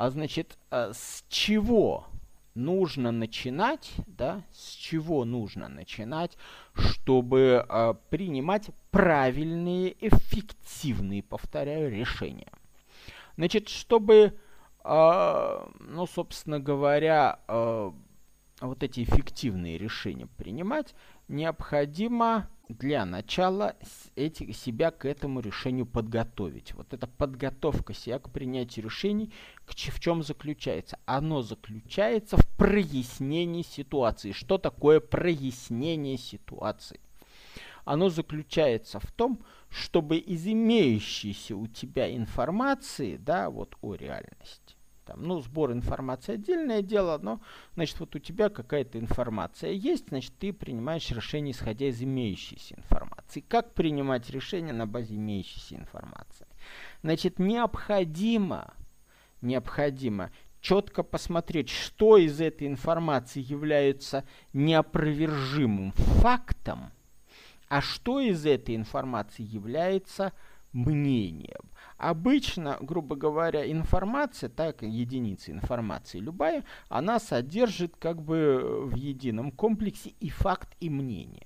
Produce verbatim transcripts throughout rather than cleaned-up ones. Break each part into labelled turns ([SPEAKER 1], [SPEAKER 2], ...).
[SPEAKER 1] А значит, а, с чего нужно начинать, да, с чего нужно начинать, чтобы а, принимать правильные, эффективные, повторяю, решения. Значит, чтобы, а, ну, собственно говоря, а, вот эти эффективные решения принимать, необходимо для начала эти, себя к этому решению подготовить. Вот эта подготовка себя к принятию решений к, в чем заключается? Оно заключается в прояснении ситуации. Что такое прояснение ситуации? Оно заключается в том, чтобы из имеющейся у тебя информации, да, вот о реальности, там, ну, сбор информации отдельное дело, но, значит, вот у тебя какая-то информация есть, значит, ты принимаешь решение, исходя из имеющейся информации. Как принимать решение на базе имеющейся информации? Значит, необходимо, необходимо четко посмотреть, что из этой информации является неопровержимым фактом, а что из этой информации является мнением. Обычно, грубо говоря, информация, так, единица информации любая, она содержит как бы в едином комплексе и факт, и мнение.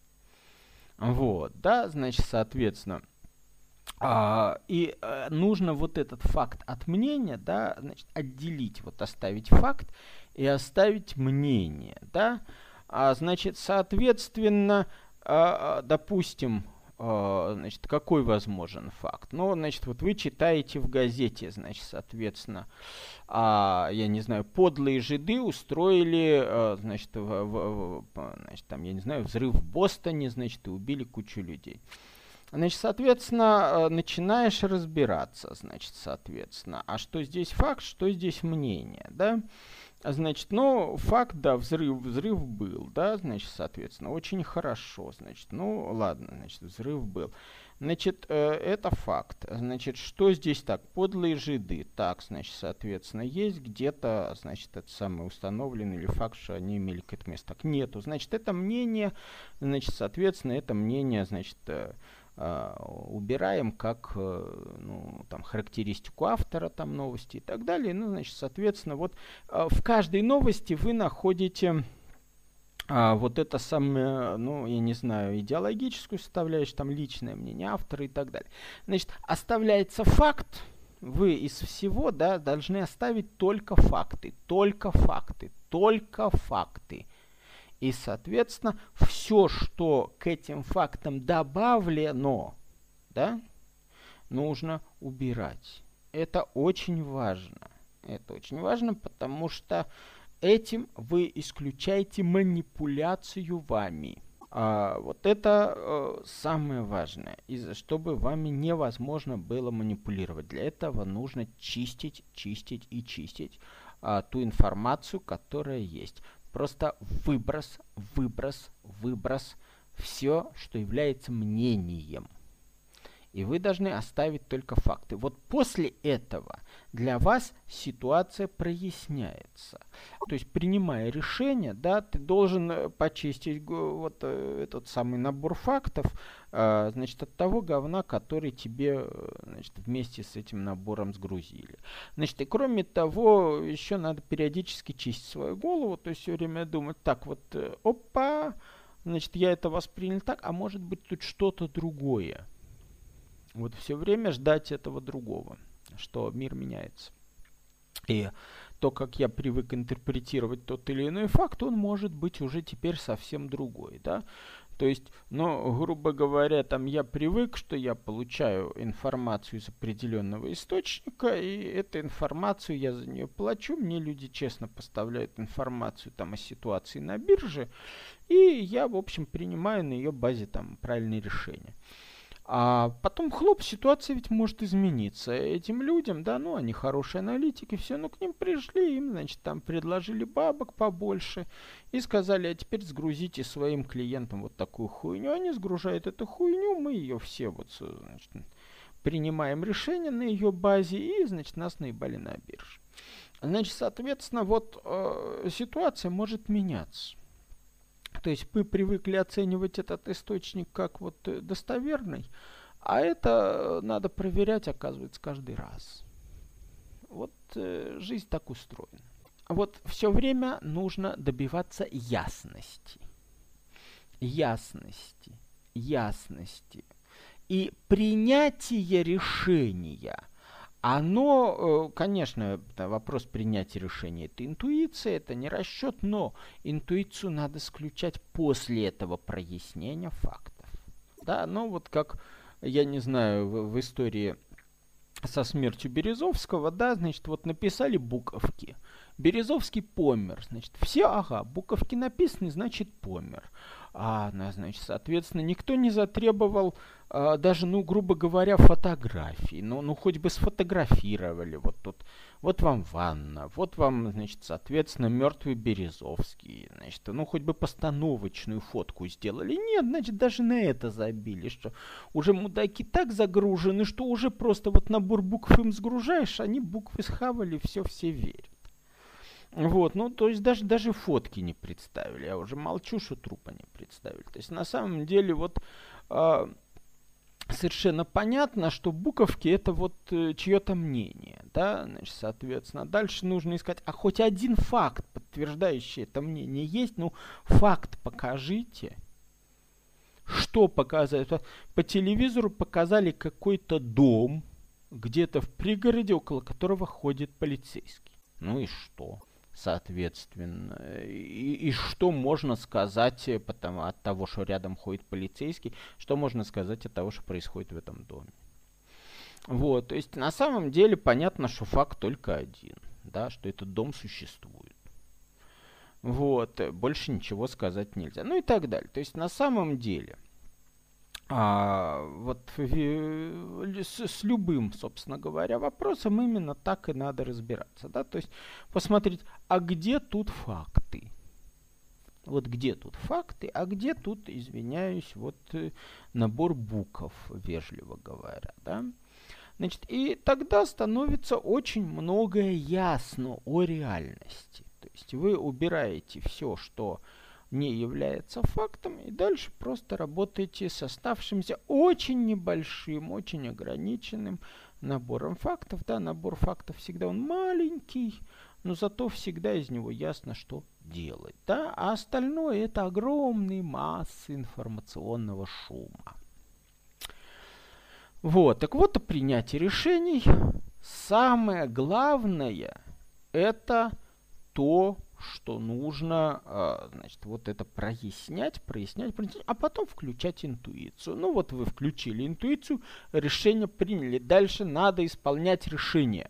[SPEAKER 1] Вот, да, значит, соответственно, а, и а, нужно вот этот факт от мнения, да, значит, отделить, вот оставить факт и оставить мнение, да, а, значит, соответственно, а, допустим, значит, какой возможен факт? Ну, значит, вот вы читаете в газете, значит, соответственно, а, я не знаю, подлые жиды устроили, а, значит, в, в, в, значит, там, я не знаю, взрыв в Бостоне, значит, и убили кучу людей. Значит, соответственно, начинаешь разбираться, значит, соответственно, а что здесь факт, что здесь мнение, да? Значит, ну, факт, да, взрыв, взрыв был, да, значит, соответственно, очень хорошо, значит, ну, ладно, значит, взрыв был. Значит, э, это факт. Значит, что здесь так? Подлые жиды. Так, значит, соответственно, есть где-то, значит, это самое установленный или факт, что они имели какое-то место. Так, нету. Значит, это мнение, значит, соответственно, это мнение, значит, э, Uh, убираем как uh, ну, там, характеристику автора там, новости и так далее. Ну, значит, соответственно, вот uh, в каждой новости вы находите uh, вот это самое, ну, я не знаю, идеологическую составляющую, там, личное мнение автора и так далее. Значит, оставляется факт, вы из всего, да, должны оставить только факты, только факты, только факты. И, соответственно, все, что к этим фактам добавлено, да, нужно убирать. Это очень важно. Это очень важно, потому что этим вы исключаете манипуляцию вами. А, вот это э, самое важное, из-за чтобы вами невозможно было манипулировать. Для этого нужно чистить, чистить и чистить а, ту информацию, которая есть. Просто выброс, выброс, выброс, все, что является мнением. И вы должны оставить только факты. Вот после этого для вас ситуация проясняется. То есть, принимая решение, да, ты должен почистить вот этот самый набор фактов, э, значит, от того говна, который тебе, значит, вместе с этим набором сгрузили. Значит, и кроме того, еще надо периодически чистить свою голову, то есть все время думать, так вот, э, опа, значит, я это воспринял так, а может быть тут что-то другое. Вот все время ждать этого другого, что мир меняется. И то, как я привык интерпретировать тот или иной факт, он может быть уже теперь совсем другой, да. То есть, ну, грубо говоря, там я привык, что я получаю информацию из определенного источника, и эту информацию я за нее плачу, мне люди честно поставляют информацию там о ситуации на бирже, и я, в общем, принимаю на ее базе там правильные решения. А потом, хлоп, ситуация ведь может измениться. Этим людям, да, ну, они хорошие аналитики, все, ну, к ним пришли, им, значит, там предложили бабок побольше и сказали, а теперь сгрузите своим клиентам вот такую хуйню. Они сгружают эту хуйню, мы ее все вот, значит, принимаем решение на ее базе и, значит, нас наебали на бирже. Значит, соответственно, вот э, ситуация может меняться. То есть мы привыкли оценивать этот источник как вот достоверный, а это надо проверять, оказывается, каждый раз. Вот э, жизнь так устроена. Вот все время нужно добиваться ясности. Ясности. Ясности. И принятие решения, оно, конечно, вопрос принятия решения, это интуиция, это не расчет, но интуицию надо исключать после этого прояснения фактов. Да, ну вот как, я не знаю, в, в истории со смертью Березовского, да, значит, вот написали буковки. Березовский помер, значит, все, ага, буковки написаны, значит, помер. А, ну, значит, соответственно, никто не затребовал а, даже, ну, грубо говоря, фотографий. Ну, ну, хоть бы сфотографировали. Вот тут, вот вам ванна, вот вам, значит, соответственно, мертвый Березовский. Значит, ну, хоть бы постановочную фотку сделали. Нет, значит, даже на это забили, что уже мудаки так загружены, что уже просто вот набор букв им сгружаешь, они буквы схавали, все, все верят. Вот, ну, то есть даже, даже фотки не представили. Я уже молчу, что трупа не представили. То есть на самом деле вот э, совершенно понятно, что буковки это вот э, чье-то мнение, да, значит, соответственно. Дальше нужно искать, а хоть один факт, подтверждающий это мнение, есть? Ну, факт покажите. Что показать? По телевизору показали какой-то дом где-то в пригороде, около которого ходит полицейский. Ну и что? Соответственно, и, и что можно сказать потому, от того, что рядом ходит полицейский, что можно сказать от того, что происходит в этом доме. Вот, то есть на самом деле понятно, что факт только один, да, что этот дом существует. Вот, больше ничего сказать нельзя. Ну и так далее. То есть на самом деле... А, вот с, с любым, собственно говоря, вопросом именно так и надо разбираться, да, то есть посмотреть, а где тут факты, вот где тут факты, а где тут, извиняюсь, вот набор букв, вежливо говоря, да, значит, и тогда становится очень многое ясно о реальности, то есть вы убираете все, что не является фактом, и дальше просто работаете с оставшимся очень небольшим, очень ограниченным набором фактов. Да, набор фактов всегда он маленький, но зато всегда из него ясно, что делать. Да? А остальное это огромные массы информационного шума. Вот, так вот, о принятии решений самое главное это то, что нужно, значит, вот это прояснять, прояснять, прояснять, а потом включать интуицию. Ну вот вы включили интуицию, решение приняли. Дальше надо исполнять решение.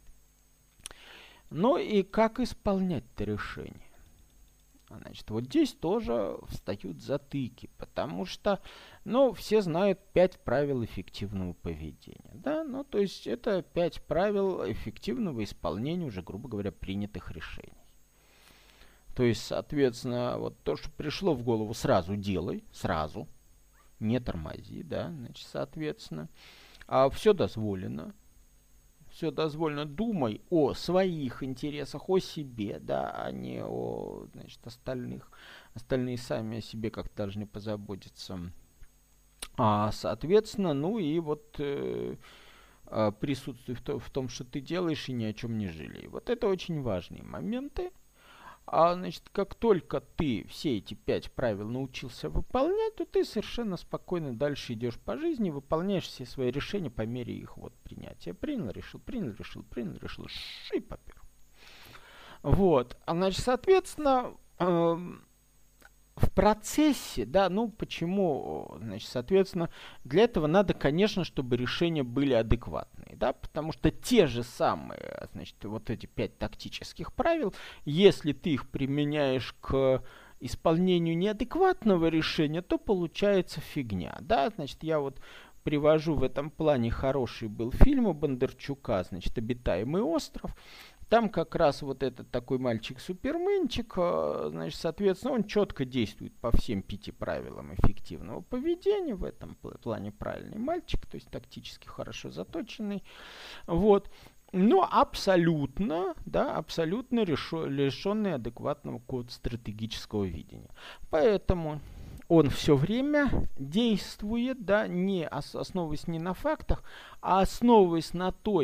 [SPEAKER 1] Ну и как исполнять-то решение? Значит, вот здесь тоже встают затыки, потому что, ну, все знают пять правил эффективного поведения, да, ну, то есть это пять правил эффективного исполнения уже, грубо говоря, принятых решений. То есть, соответственно, вот то, что пришло в голову, сразу делай, сразу, не тормози, да, значит, соответственно. А все дозволено, все дозволено, думай о своих интересах, о себе, да, а не о, значит, остальных. Остальные сами о себе как-то должны позаботиться. А, соответственно, ну и вот э, присутствуй в, то, в том, что ты делаешь, и ни о чем не жалей. Вот это очень важные моменты. А, значит, как только ты все эти пять правил научился выполнять, то ты совершенно спокойно дальше идешь по жизни, выполняешь все свои решения по мере их вот принятия. Принял, решил, принял, решил, принял, решил, и попер. Вот, а, значит, соответственно, эм, в процессе, да, ну почему, значит, соответственно, для этого надо, конечно, чтобы решения были адекватные, да, потому что те же самые, значит, вот эти пять тактических правил, если ты их применяешь к исполнению неадекватного решения, то получается фигня, да, значит, я вот привожу в этом плане хороший был фильм у Бондарчука, значит, «Обитаемый остров». Там как раз вот этот такой мальчик-суперменчик, значит, соответственно, он четко действует по всем пяти правилам эффективного поведения. В этом плане правильный мальчик, то есть тактически хорошо заточенный. Вот. Но абсолютно, да, абсолютно лишенный адекватного какого-то стратегического видения. Поэтому он все время действует, да, не основываясь не на фактах, а основываясь на той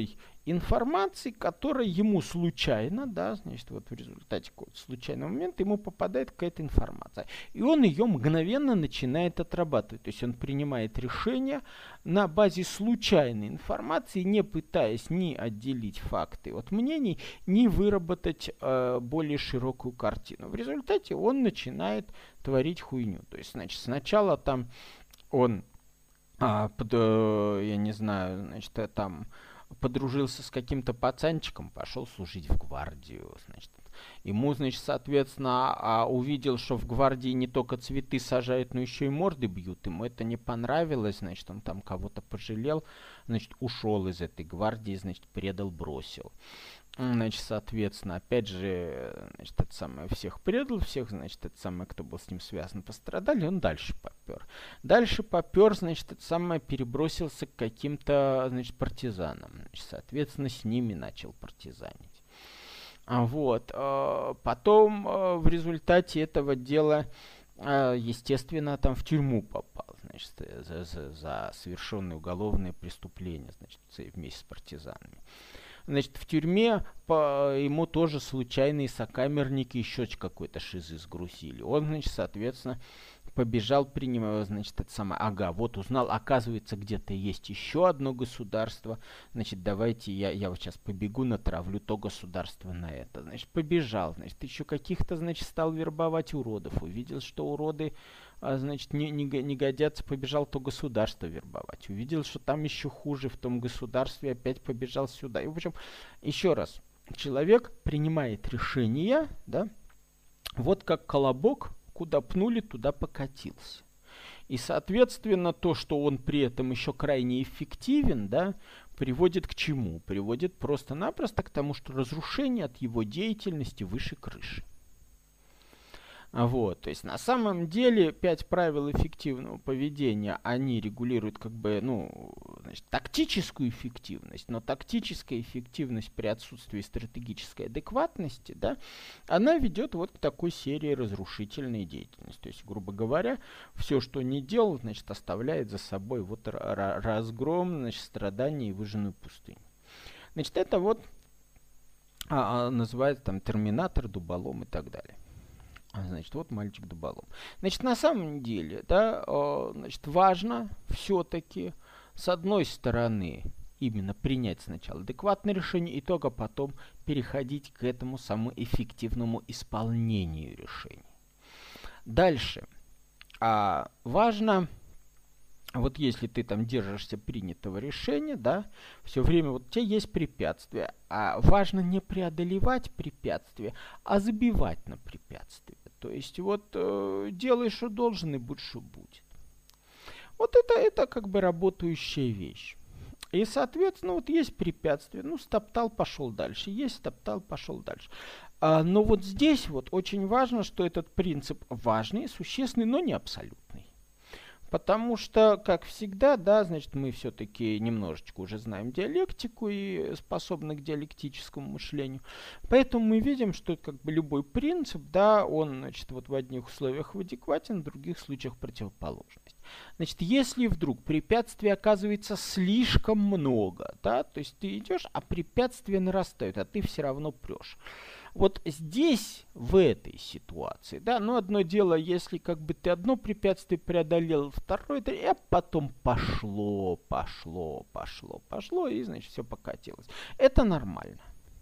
[SPEAKER 1] информации, которая ему случайно, да, значит, вот в результате какого-то случайного момента ему попадает какая-то информация. И он ее мгновенно начинает отрабатывать. То есть он принимает решение на базе случайной информации, не пытаясь ни отделить факты от мнений, ни выработать э, более широкую картину. В результате он начинает творить хуйню. То есть, значит, сначала там он, а, под, э, я не знаю, значит, э, там подружился с каким-то пацанчиком, пошел служить в гвардию, значит. Ему, значит, соответственно, а, увидел, что в гвардии не только цветы сажают, но еще и морды бьют. Ему это не понравилось, значит, он там кого-то пожалел, значит, ушел из этой гвардии, значит, предал, бросил. Значит, соответственно, опять же, значит, это самое, всех предал, всех, значит, это самое, кто был с ним связан, пострадали, он дальше попер. Дальше попер, значит, это самое, перебросился к каким-то, значит, партизанам. Значит, соответственно, с ними начал партизанить. А вот, а, потом а, в результате этого дела, а, естественно, там в тюрьму попал, значит, за, за, за совершенные уголовные преступления, значит, вместе с партизанами. Значит, в тюрьме по, ему тоже случайные сокамерники еще какой-то шизы сгрузили. Он, значит, соответственно, побежал, принимая, значит, это самое, ага, вот узнал, оказывается, где-то есть еще одно государство, значит, давайте я, я вот сейчас побегу, натравлю то государство на это. Значит, побежал, значит, еще каких-то, значит, стал вербовать уродов, увидел, что уроды, а, значит, не, не, не годятся, побежал то государство вербовать. Увидел, что там еще хуже в том государстве, опять побежал сюда. И, в общем, еще раз, человек принимает решение, да, вот как колобок, куда пнули, туда покатился. И, соответственно, то, что он при этом еще крайне эффективен, да, приводит к чему? Приводит просто-напросто к тому, что разрушение от его деятельности выше крыши. Вот, то есть на самом деле пять правил эффективного поведения, они регулируют как бы, ну, значит, тактическую эффективность, но тактическая эффективность при отсутствии стратегической адекватности, да, она ведет вот к такой серии разрушительной деятельности. То есть, грубо говоря, все, что не делал, значит, оставляет за собой вот разгром, значит, страдания и выжженную пустыню. Значит, это вот а, а, называется там терминатор, дуболом и так далее. Значит, вот мальчик дуболом. Значит, на самом деле, да, э, значит, важно все-таки, с одной стороны, именно принять сначала адекватное решение, и только потом переходить к этому самому эффективному исполнению решений. Дальше. А, важно, вот если ты там держишься принятого решения, да, все время вот у тебя есть препятствия, а важно не преодолевать препятствия, а забивать на препятствия. То есть вот э, делай, что должен, и будь, что будет. Вот это, это как бы работающая вещь. И, соответственно, вот есть препятствие, ну, стоптал, пошел дальше, есть, стоптал, пошел дальше. А, но вот здесь вот очень важно, что этот принцип важный, существенный, но не абсолютный. Потому что, как всегда, да, значит, мы все-таки немножечко уже знаем диалектику и способны к диалектическому мышлению. Поэтому мы видим, что как бы любой принцип, да, он, значит, вот в одних условиях адекватен, в других случаях противоположность. Значит, если вдруг препятствий оказывается слишком много, да, то есть ты идешь, а препятствия нарастают, а ты все равно прешь. Вот здесь, в этой ситуации, да, ну, одно дело, если как бы ты одно препятствие преодолел, второе, а потом пошло, пошло, пошло, пошло, и, значит, все покатилось. Это нормально.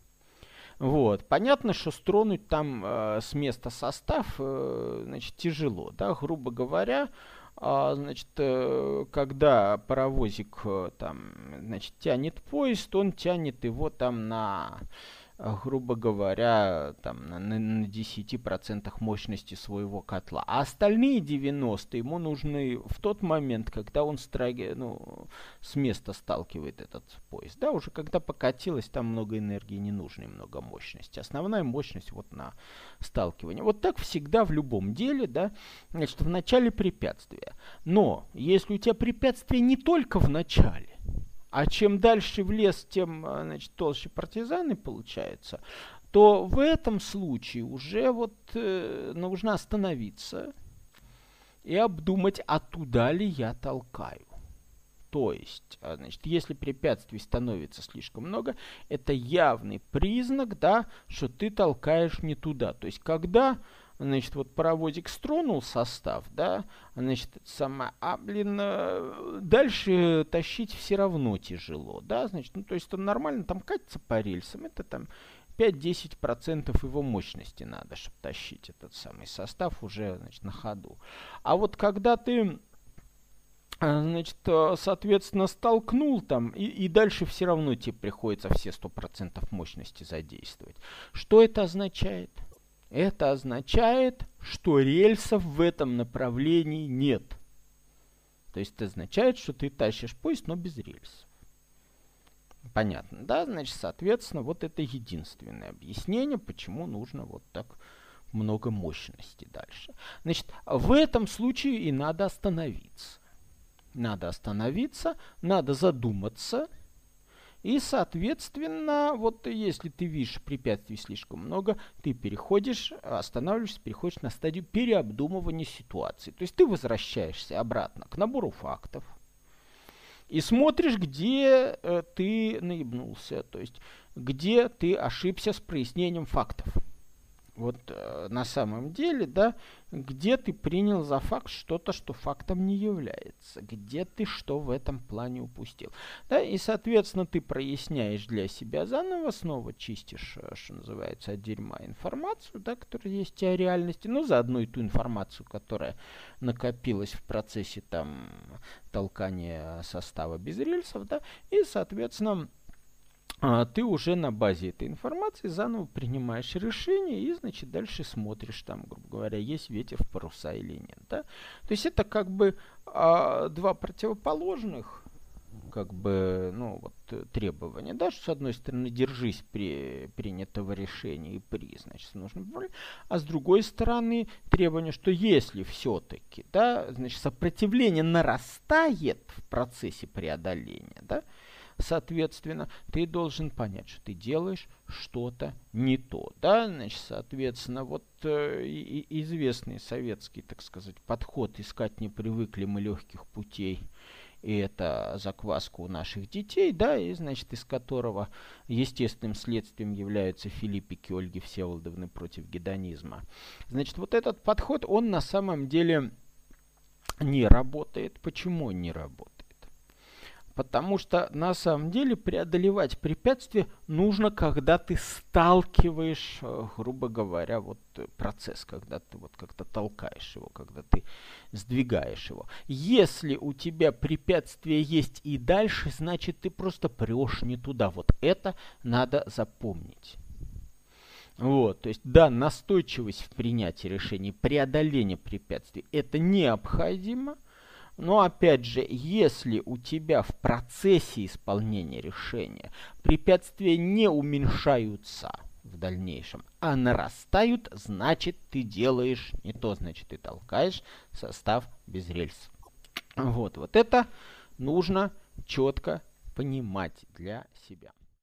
[SPEAKER 1] Вот. Понятно, что стронуть там э, с места состав, э, значит, тяжело, да, грубо говоря, э, значит, э, когда паровозик э, там, значит, тянет поезд, он тянет его там на... грубо говоря, там, на, на десяти процентах мощности своего котла. А остальные девяносто ему нужны в тот момент, когда он страги, ну, с места сталкивает этот поезд. Да, уже когда покатилось, там много энергии не нужно и много мощности. Основная мощность вот на сталкивание. Вот так всегда в любом деле, да, значит, в начале препятствия. Но если у тебя препятствие не только в начале, а чем дальше в лес, тем, значит, толще партизаны получается, то в этом случае уже вот э, нужно остановиться и обдумать, а туда ли я толкаю. То есть, а, значит, если препятствий становится слишком много, это явный признак, да, что ты толкаешь не туда. То есть, когда, значит, вот паровозик стронул состав, да, значит, сама, а, блин, э, дальше тащить все равно тяжело, да, значит, ну, то есть, он нормально там катится по рельсам, это там пять-десять процентов его мощности надо, чтобы тащить этот самый состав уже, значит, на ходу. А вот когда ты, значит, соответственно, столкнул там, и, и дальше все равно тебе приходится все сто процентов мощности задействовать. Что это означает? Это означает, что рельсов в этом направлении нет. То есть это означает, что ты тащишь поезд, но без рельсов. Понятно, да? Значит, соответственно, вот это единственное объяснение, почему нужно вот так много мощности дальше. Значит, в этом случае и надо остановиться. Надо остановиться, надо задуматься. И, соответственно, вот если ты видишь препятствий слишком много, ты переходишь, останавливаешься, переходишь на стадию переобдумывания ситуации. То есть ты возвращаешься обратно к набору фактов и смотришь, где э, ты наебнулся, то есть где ты ошибся с прояснением фактов. Вот э, на самом деле, да, где ты принял за факт что-то, что фактом не является, где ты что в этом плане упустил. Да, и, соответственно, ты проясняешь для себя заново, снова чистишь, что называется, от дерьма информацию, да, которая есть о реальности, но заодно и ту информацию, которая накопилась в процессе там толкания состава без рельсов, да, и, соответственно, А, ты уже на базе этой информации заново принимаешь решение и, значит, дальше смотришь, там, грубо говоря, есть ветер в паруса или нет, да? То есть это как бы а, два противоположных, как бы, ну, вот, требования, да, что с одной стороны держись при принятого решения и при, значит, нужном поле, а с другой стороны требование, что если все-таки, да, значит, сопротивление нарастает в процессе преодоления, да, соответственно, ты должен понять, что ты делаешь что-то не то, да, значит, соответственно, вот э, и, и известный советский, так сказать, подход «искать не привыкли мы легких путей», и это закваска у наших детей, да, и, значит, из которого естественным следствием являются филиппики Ольги Всеволодовны против гедонизма. Значит, вот этот подход, он на самом деле не работает. Почему он не работает? Потому что на самом деле преодолевать препятствия нужно, когда ты сталкиваешь, грубо говоря, вот процесс, когда ты вот как-то толкаешь его, когда ты сдвигаешь его. Если у тебя препятствие есть и дальше, значит ты просто прешь не туда. Вот это надо запомнить. Вот, то есть, да, настойчивость в принятии решений, преодоление препятствий, это необходимо. Но опять же, если у тебя в процессе исполнения решения препятствия не уменьшаются в дальнейшем, а нарастают, значит ты делаешь не то, значит ты толкаешь состав без рельс. Вот, вот это нужно четко понимать для себя.